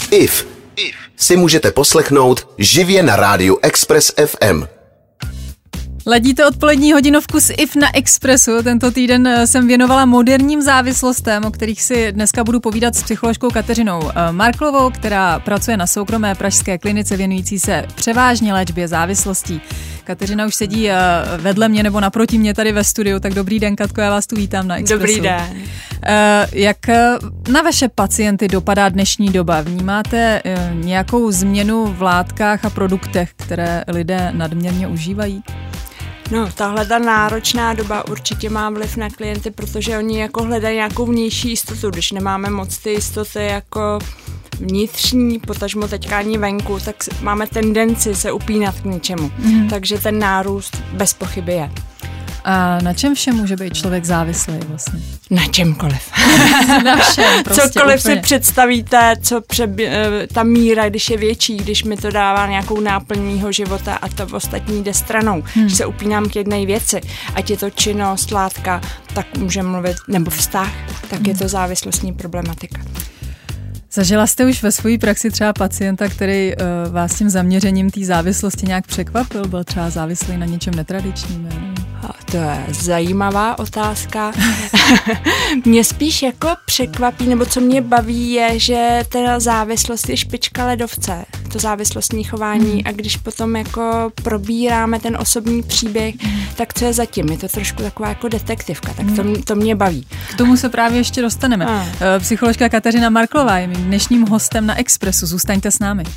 IF si můžete poslechnout živě na rádiu Express FM. Ladíte odpolední hodinovku s IF na Expressu. Tento týden jsem věnovala moderním závislostem, o kterých si dneska budu povídat s psycholožkou Kateřinou Marklovou, která pracuje na soukromé pražské klinice věnující se převážně léčbě závislostí. Kateřina už sedí vedle mě nebo naproti mě tady ve studiu, tak dobrý den, Katko, já vás tu vítám na Expressu. Dobrý den. Jak na vaše pacienty dopadá dnešní doba? Vnímáte nějakou změnu v látkách a produktech, které lidé nadměrně užívají? No, tahle ta náročná doba určitě má vliv na klienty, protože oni jako hledají nějakou vnější jistotu. Když nemáme moc ty jistoty jako vnitřní, potažmo teďka ani venku, tak máme tendenci se upínat k něčemu. Takže ten nárůst bez pochyby je. A na čem všem může být člověk závislý vlastně? Na čemkoliv. Na všem, prostě cokoliv úplně. si představíte, ta míra, když je větší, když mi to dává nějakou náplň mýho života a to ostatní jde stranou. Když se upínám k jedné věci, ať je to činnost, látka, tak můžeme mluvit, nebo vztah, tak je to závislostní problematika. Zažila jste už ve své praxi třeba pacienta, který vás tím zaměřením té závislosti nějak překvapil? Byl třeba závislý na něčem netradičním? To je zajímavá otázka. Mě spíš jako překvapí, nebo co mě baví, je, že ta závislost je špička ledovce, to závislostní chování, a když potom jako probíráme ten osobní příběh, tak co je zatím? Je to trošku taková jako detektivka, tak to mě baví. K tomu se právě ještě dostaneme. Psycholožka Kateřina Marklová je mým dnešním hostem na Expressu. Zůstaňte s námi.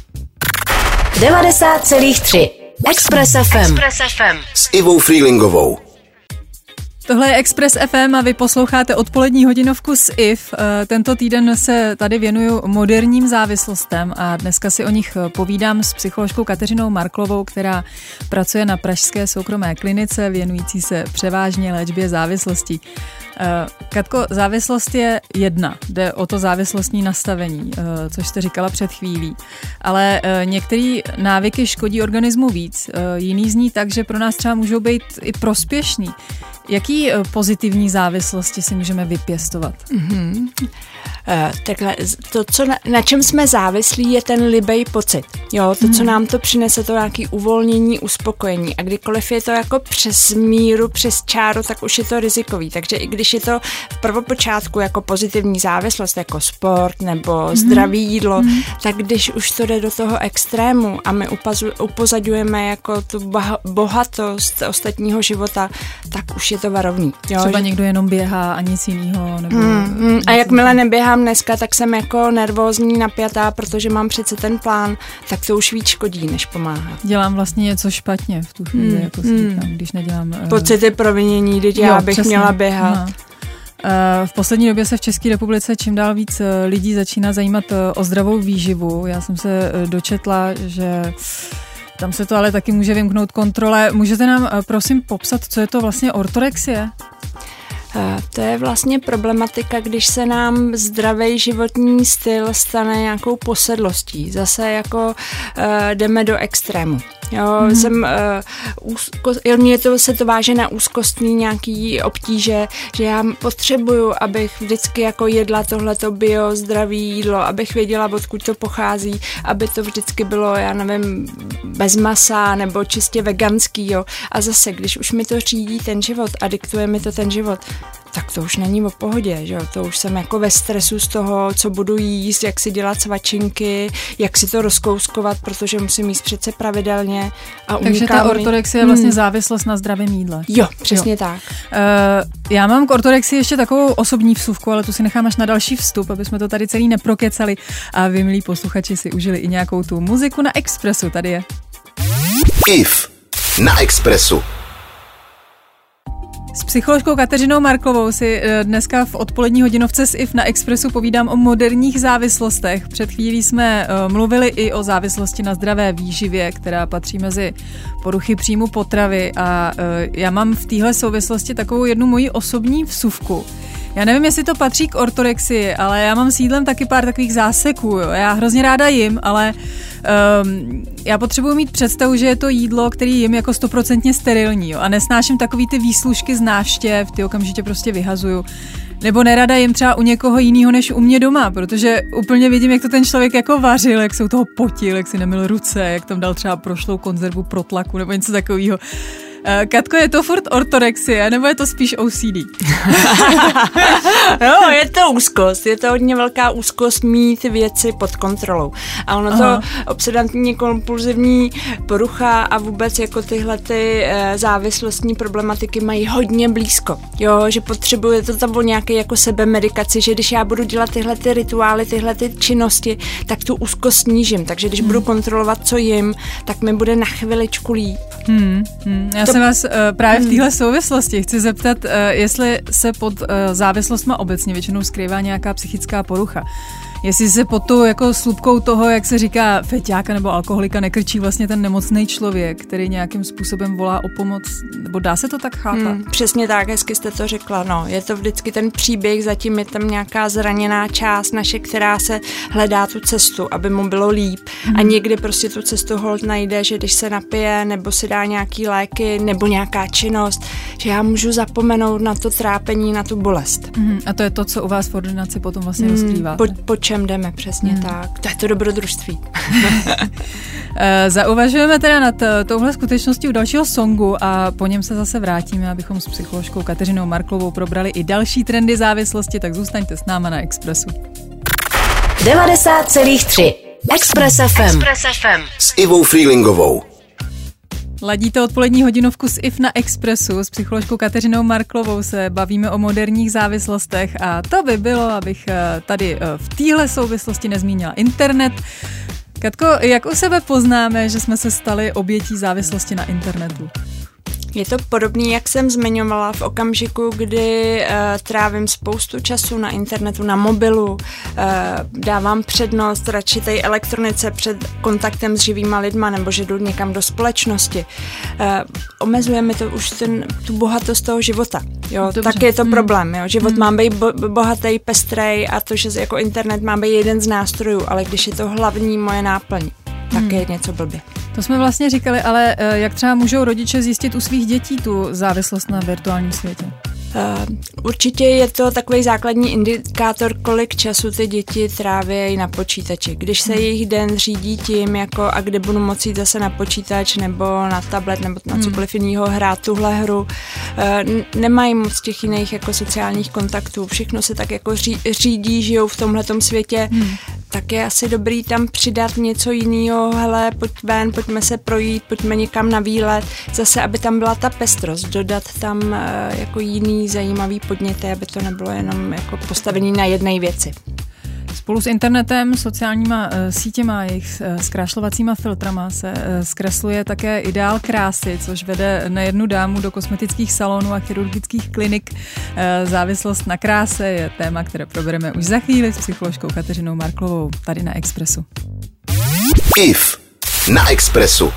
90,3 Express FM. S Ivou Freelingovou. Tohle je Express FM a vy posloucháte odpolední hodinovku s IF. Tento týden se tady věnuju moderním závislostem a dneska si o nich povídám s psycholožkou Kateřinou Marklovou, která pracuje na pražské soukromé klinice věnující se převážně léčbě závislostí. Katko, závislost je jedna, jde o to závislostní nastavení, což jste říkala před chvílí, ale některé návyky škodí organismu víc, jiný zní tak, že pro nás třeba můžou být i prospěšný. Jaký pozitivní závislosti si můžeme vypěstovat? Takhle, to, na čem jsme závislí, je ten libej pocit. Jo, to, co nám to přinese, to nějaké uvolnění, uspokojení. A kdykoliv je to jako přes míru, přes čáru, tak už je to rizikový. Takže i když je to v prvopočátku jako pozitivní závislost, jako sport nebo zdravé jídlo, tak když už to jde do toho extrému a my upozadňujeme jako tu bohatost ostatního života, tak už je to varovný. Jo, třeba někdo jenom běhá a nic jiného. A jakmile neběhám dneska, tak jsem jako nervózní, napjatá, protože mám přece ten plán, tak to už víc škodí, než pomáhá. Dělám vlastně něco špatně v tu chvíli, jako si říkám, když nedělám... Pocity provinění, když já bych měla běhat. No. V poslední době se v České republice čím dál víc lidí začíná zajímat o zdravou výživu. Já jsem se dočetla, že tam se to ale taky může vymknout kontrole. Můžete nám prosím popsat, co je to vlastně ortorexie? To je vlastně problematika, když se nám zdravý životní styl stane nějakou posedlostí. Zase jako jdeme do extrému. Jo, se to váže na úzkostní nějaký obtíže, že já potřebuju, abych vždycky jako jedla tohleto bio, zdravý jídlo, abych věděla, odkud to pochází, aby to vždycky bylo, já nevím, bez masa nebo čistě veganský, jo. A zase, když už mi to řídí ten život a diktuje mi to ten život, tak to už není o pohodě, že jo? To už jsem jako ve stresu z toho, co budu jíst, jak si dělat svačinky, jak si to rozkouskovat, protože musím jíst přece pravidelně. A takže ta ortorexie je vlastně závislost na zdravém jídle. Jo, přesně tak. Já mám k ortorexii ještě takovou osobní vsuvku, ale tu si nechám až na další vstup, aby jsme to tady celý neprokecali a vy, milí posluchači, si užili i nějakou tu muziku na Expressu. Tady je. IF na Expressu. S psycholožkou Kateřinou Marklovou si dneska v odpolední hodinovce s IF na Expressu povídám o moderních závislostech. Před chvílí jsme mluvili i o závislosti na zdravé výživě, která patří mezi poruchy příjmu potravy a já mám v téhle souvislosti takovou jednu moji osobní vsuvku. Já nevím, jestli to patří k ortorexii, ale já mám s jídlem taky pár takových záseků. Jo. Já hrozně ráda jim, ale já potřebuji mít představu, že je to jídlo, který jim jako 100% sterilní, jo. A nesnáším takový ty výslužky z návštěv, ty okamžitě prostě vyhazuju. Nebo nerada jim třeba u někoho jiného než u mě doma, protože úplně vidím, jak to ten člověk jako vařil, jak se u toho potil, jak si nemyl ruce, jak tam dal třeba prošlou konzervu pro tlaku nebo něco takového. Katko, je to furt ortorexie, nebo je to spíš OCD? No, je to úzkost, je to hodně velká úzkost mít věci pod kontrolou. A ono to obsedantní kompulzivní porucha a vůbec jako tyhle ty závislostní problematiky mají hodně blízko. Jo, že potřebuje to tam o nějaké jako sebemedikaci, že když já budu dělat tyhle ty rituály, tyhle ty činnosti, tak tu úzkost snížím. Takže když budu kontrolovat, co jim, tak mi bude na chviličku líp. Já jsem vás právě v téhle souvislosti chci zeptat, jestli se pod závislostma obecně většinou skrývá nějaká psychická porucha. Jestli se pod tou jako slupkou toho, jak se říká, feťáka nebo alkoholika nekrčí vlastně ten nemocný člověk, který nějakým způsobem volá o pomoc, nebo dá se to tak chápat? Přesně tak, hezky jste to řekla, no. Je to vždycky ten příběh, zatím je tam nějaká zraněná část naše, která se hledá tu cestu, aby mu bylo líp. A někdy prostě tu cestu holt najde, že když se napije, nebo si dá nějaký léky, nebo nějaká činnost, že já můžu zapomenout na to trápení, na tu bolest. A to je to, co u vás v ordinaci potom vlastně rozkrýváte. Po čem jdeme, přesně tak. To je to dobrodružství. Zauvažujeme teda nad touhle skutečností u dalšího songu a po něm se zase vrátíme, abychom s psycholožkou Kateřinou Marklovou probrali i další trendy závislosti, tak zůstaňte s náma na Expressu. 90,3 Express FM. S Ivou Freelingovou. Ladíte odpolední hodinovku s IF na Expressu. S psycholožkou Kateřinou Marklovou se bavíme o moderních závislostech a to by bylo, abych tady v téhle souvislosti nezmínila internet. Katko, jak u sebe poznáme, že jsme se stali obětí závislosti na internetu? Je to podobný, jak jsem zmiňovala v okamžiku, kdy trávím spoustu času na internetu, na mobilu, dávám přednost radši té elektronice před kontaktem s živýma lidma, nebo že jdu někam do společnosti. Omezuje mi to už tu bohatost toho života. Jo, tak je to problém. Jo. Život má být bohatý, pestrej a to, že jako internet má být jeden z nástrojů, ale když je to hlavní moje náplň, tak je něco blbě. To jsme vlastně říkali, ale jak třeba můžou rodiče zjistit u svých dětí tu závislost na virtuálním světě? Určitě je to takový základní indikátor, kolik času ty děti tráví na počítači. Když se jejich den řídí tím, jako a kde budu moci jít zase na počítač nebo na tablet nebo na cokoliv jiného hrát tuhle hru, nemají moc těch jiných jako sociálních kontaktů. Všechno se tak jako řídí, žijou v tomhletom světě, tak je asi dobrý tam přidat něco jiného, hele, pojď ven, pojďme se projít, pojďme někam na výlet, zase, aby tam byla ta pestrost, dodat tam jako jiný zajímavý podněty, aby to nebylo jenom jako postavený na jedné věci. Spolu s internetem, sociálníma sítěma, jejich zkrášlovacíma filtrama se zkresluje také ideál krásy, což vede nejednu dámu do kosmetických salonů a chirurgických klinik. Závislost na kráse je téma, které probereme už za chvíli s psycholožkou Kateřinou Marklovou tady na Expressu. IF na Expressu.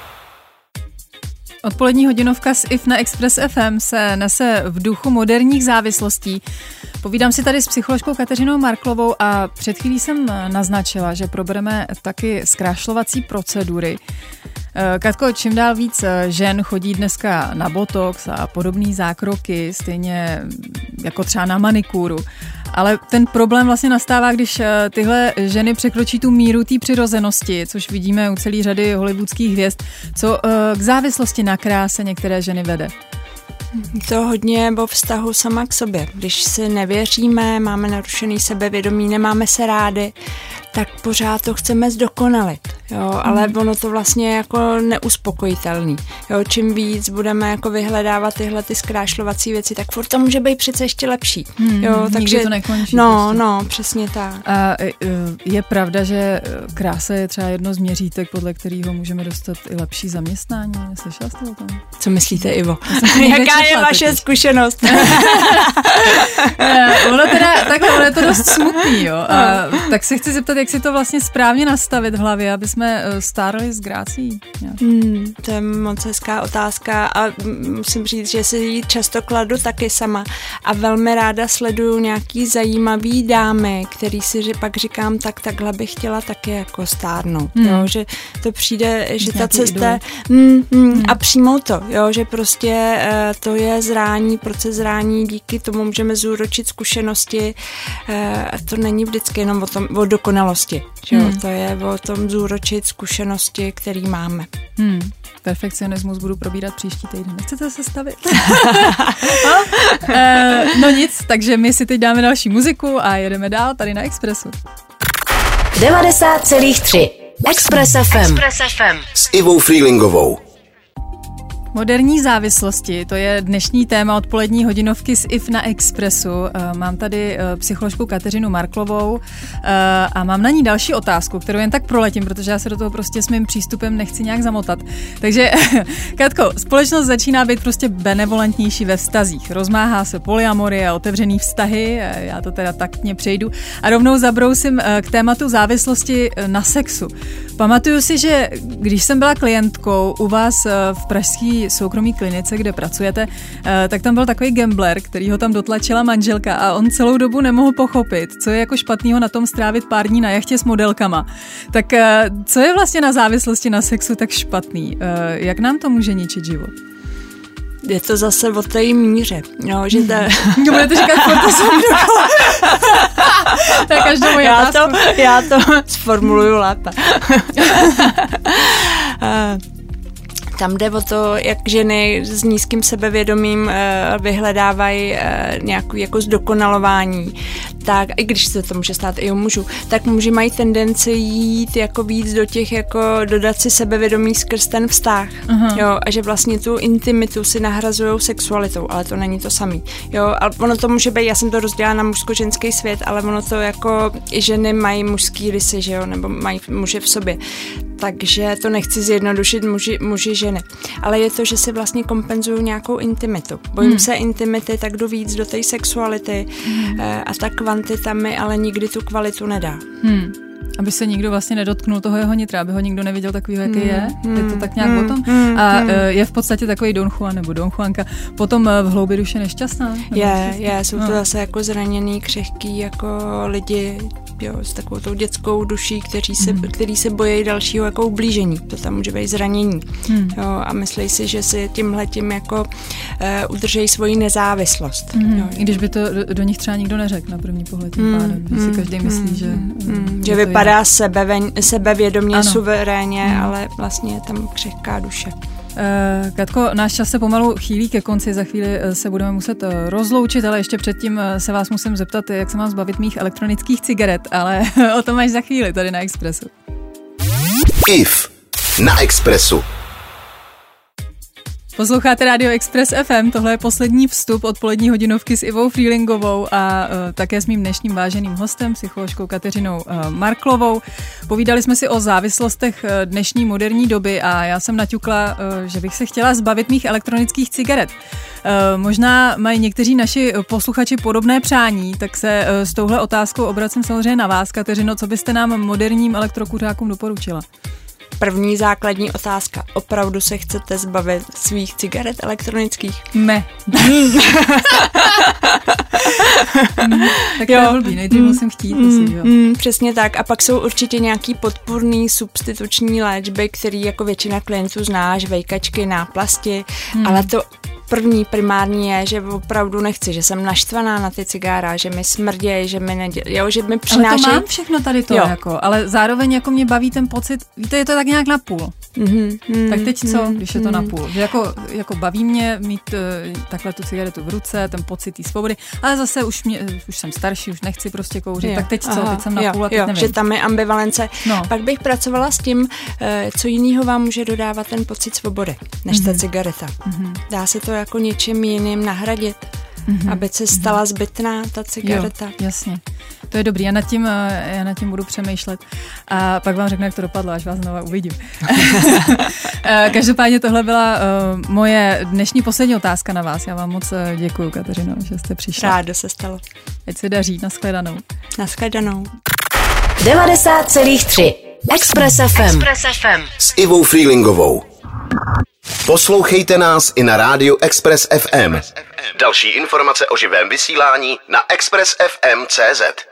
Odpolední hodinovka s IF na Express FM se nese v duchu moderních závislostí. Povídám si tady s psycholožkou Kateřinou Marklovou a před chvílí jsem naznačila, že probereme taky zkrášlovací procedury. Katko, čím dál víc žen chodí dneska na botox a podobné zákroky, stejně jako třeba na manikúru. Ale ten problém vlastně nastává, když tyhle ženy překročí tu míru té přirozenosti, což vidíme u celé řady hollywoodských hvězd, co k závislosti na kráse některé ženy vede. To hodně o vztahu sama k sobě. Když si nevěříme, máme narušený sebevědomí, nemáme se rádi, tak pořád to chceme zdokonalit. Jo, ale ono to vlastně je jako neuspokojitelný. Jo, čím víc budeme jako vyhledávat tyhle ty zkrášlovací věci, tak furt to může být přece ještě lepší. Jo, takže to nekončí. No, přesně tak. A je pravda, že krása je třeba jedno z měřítek, podle kterého můžeme dostat i lepší zaměstnání. Slyšela jste o tom? Co myslíte, Ivo? Jaká je vaše zkušenost? Ono je to dost smutný, jo. Tak se chci zeptat, jak si to vlastně správně nastavit v hlavě, aby jsme jsme stárli s grácí? To je moc hezká otázka a musím říct, že si ji často kladu taky sama a velmi ráda sleduju nějaký zajímavý dámy, který si pak říkám, takhle bych chtěla taky jako stárnout, jo, že to přijde, že ta cesta a přijmout to, jo, že prostě to je zrání, proces zrání, díky tomu můžeme zúročit zkušenosti a to není vždycky jenom o dokonalosti, jo, to je o tom zúročit zkušenosti, který máme. Perfekcionismus budu probírat příští týden. Nechcete se stavit? No nic, takže my si teď dáme další muziku a jedeme dál tady na Expressu. 90,3 Express FM. S Ivou Freelingovou. Moderní závislosti, to je dnešní téma odpolední hodinovky s IF na Expressu. Mám tady psycholožku Kateřinu Marklovou a mám na ní další otázku, kterou jen tak proletím, protože já se do toho prostě s mým přístupem nechci nějak zamotat. Takže, Katko, společnost začíná být prostě benevolentnější ve vztazích. Rozmáhá se polyamorie a otevřený vztahy, já to teda taktně přejdu a rovnou zabrousím k tématu závislosti na sexu. Pamatuju si, že když jsem byla klientkou u vás v pražské soukromé klinice, kde pracujete, tak tam byl takový gambler, který ho tam dotlačila manželka a on celou dobu nemohl pochopit, co je jako špatného na tom strávit pár dní na jachtě s modelkama. Tak co je vlastně na závislosti na sexu tak špatný? Jak nám to může ničit život? Je to zase o té míře, no, že budete říkat, to jsem dokola. To je každou moji otázku. Já to sformuluju lépe. Tam jde o to, jak ženy s nízkým sebevědomím vyhledávají nějaké jako zdokonalování. Tak, i když se to může stát i u mužů, tak muži mají tendenci jít jako víc do těch, jako dodat si sebevědomí skrz ten vztah. Jo, a že vlastně tu intimitu si nahrazujou sexualitou, ale to není to samý. Jo, a ono to může být, já jsem to rozdělila na mužsko-ženský svět, ale ono to jako i ženy mají mužský rysy, že jo, nebo mají muže v sobě. Takže to nechci zjednodušit muži ženy. Ale je to, že si vlastně kompenzují nějakou intimitu. Bojím se intimity, tak jdu víc do té sexuality a ta kvantita mi ale nikdy tu kvalitu nedá. Aby se nikdo vlastně nedotknul toho jeho nitra, aby ho nikdo neviděl takovýho, jaký je. Je to tak nějak o tom. A je v podstatě takový Don Juan nebo Don Juanka potom v hloubi duše nešťastná? Jsou to zase jako zraněný, křehký jako lidi, jo, s takovou tou dětskou duší, který se bojí dalšího jako ublížení. To tam může být zranění. Jo, a myslí si, že si tímhletím jako udržejí svoji nezávislost. Jo. I když by to do nich třeba nikdo neřekl na první pohled tím pádem. Že si každý myslí, že vypadá sebevědomě, suverénně, ale vlastně je tam křehká duše. Katko, náš čas se pomalu chýlí ke konci, za chvíli se budeme muset rozloučit, ale ještě předtím se vás musím zeptat, jak se mám zbavit mých elektronických cigaret, ale o tom až za chvíli tady na Expressu. IF na Expressu. Posloucháte Radio Express FM, tohle je poslední vstup odpolední hodinovky s Ivou Freelingovou a také s mým dnešním váženým hostem, psycholožkou Kateřinou Marklovou. Povídali jsme si o závislostech dnešní moderní doby a já jsem naťukla, že bych se chtěla zbavit mých elektronických cigaret. Možná mají někteří naši posluchači podobné přání, tak se s touhle otázkou obracím samozřejmě na vás, Kateřino, co byste nám moderním elektrokuřákům doporučila? První základní otázka. Opravdu se chcete zbavit svých cigaret elektronických? Ne. Tak to je blbý, nejdřív musím chtít. Přesně tak. A pak jsou určitě nějaký podpůrný substituční léčby, který jako většina klientů zná, žvejkačky, náplasti, ale to první primární je, že opravdu nechci, že jsem naštvaná na ty cigára, že mi smrdějí, že mi že mi přináší. Ale to mám všechno tady to, jako, ale zároveň jako mě baví ten pocit, víte, je to tak nějak napůl. Tak teď co, když je to napůl? Že jako baví mě mít takhle tu cigaretu v ruce, ten pocit té svobody, ale zase už jsem starší, už nechci prostě kouřit, tak teď co, teď jsem napůl a teď nevím. Že tam je ambivalence. No. Pak bych pracovala s tím, co jiného vám může dodávat ten pocit svobody, než ta cigareta. Dá se to jako něčím jiným nahradit, aby se stala zbytná ta cigareta. Jo, jasně. To je dobrý, já nad tím budu přemýšlet a pak vám řeknu, jak to dopadlo, až vás znovu uvidím. Každopádně tohle byla moje dnešní poslední otázka na vás. Já vám moc děkuju, Kateřino, že jste přišla. Rádo se stalo. Ať se daří, nashledanou. Nashledanou. 90,3 Express FM. S Ivou Freelingovou. Poslouchejte nás i na rádiu Express FM. Další informace o živém vysílání na expressfm.cz.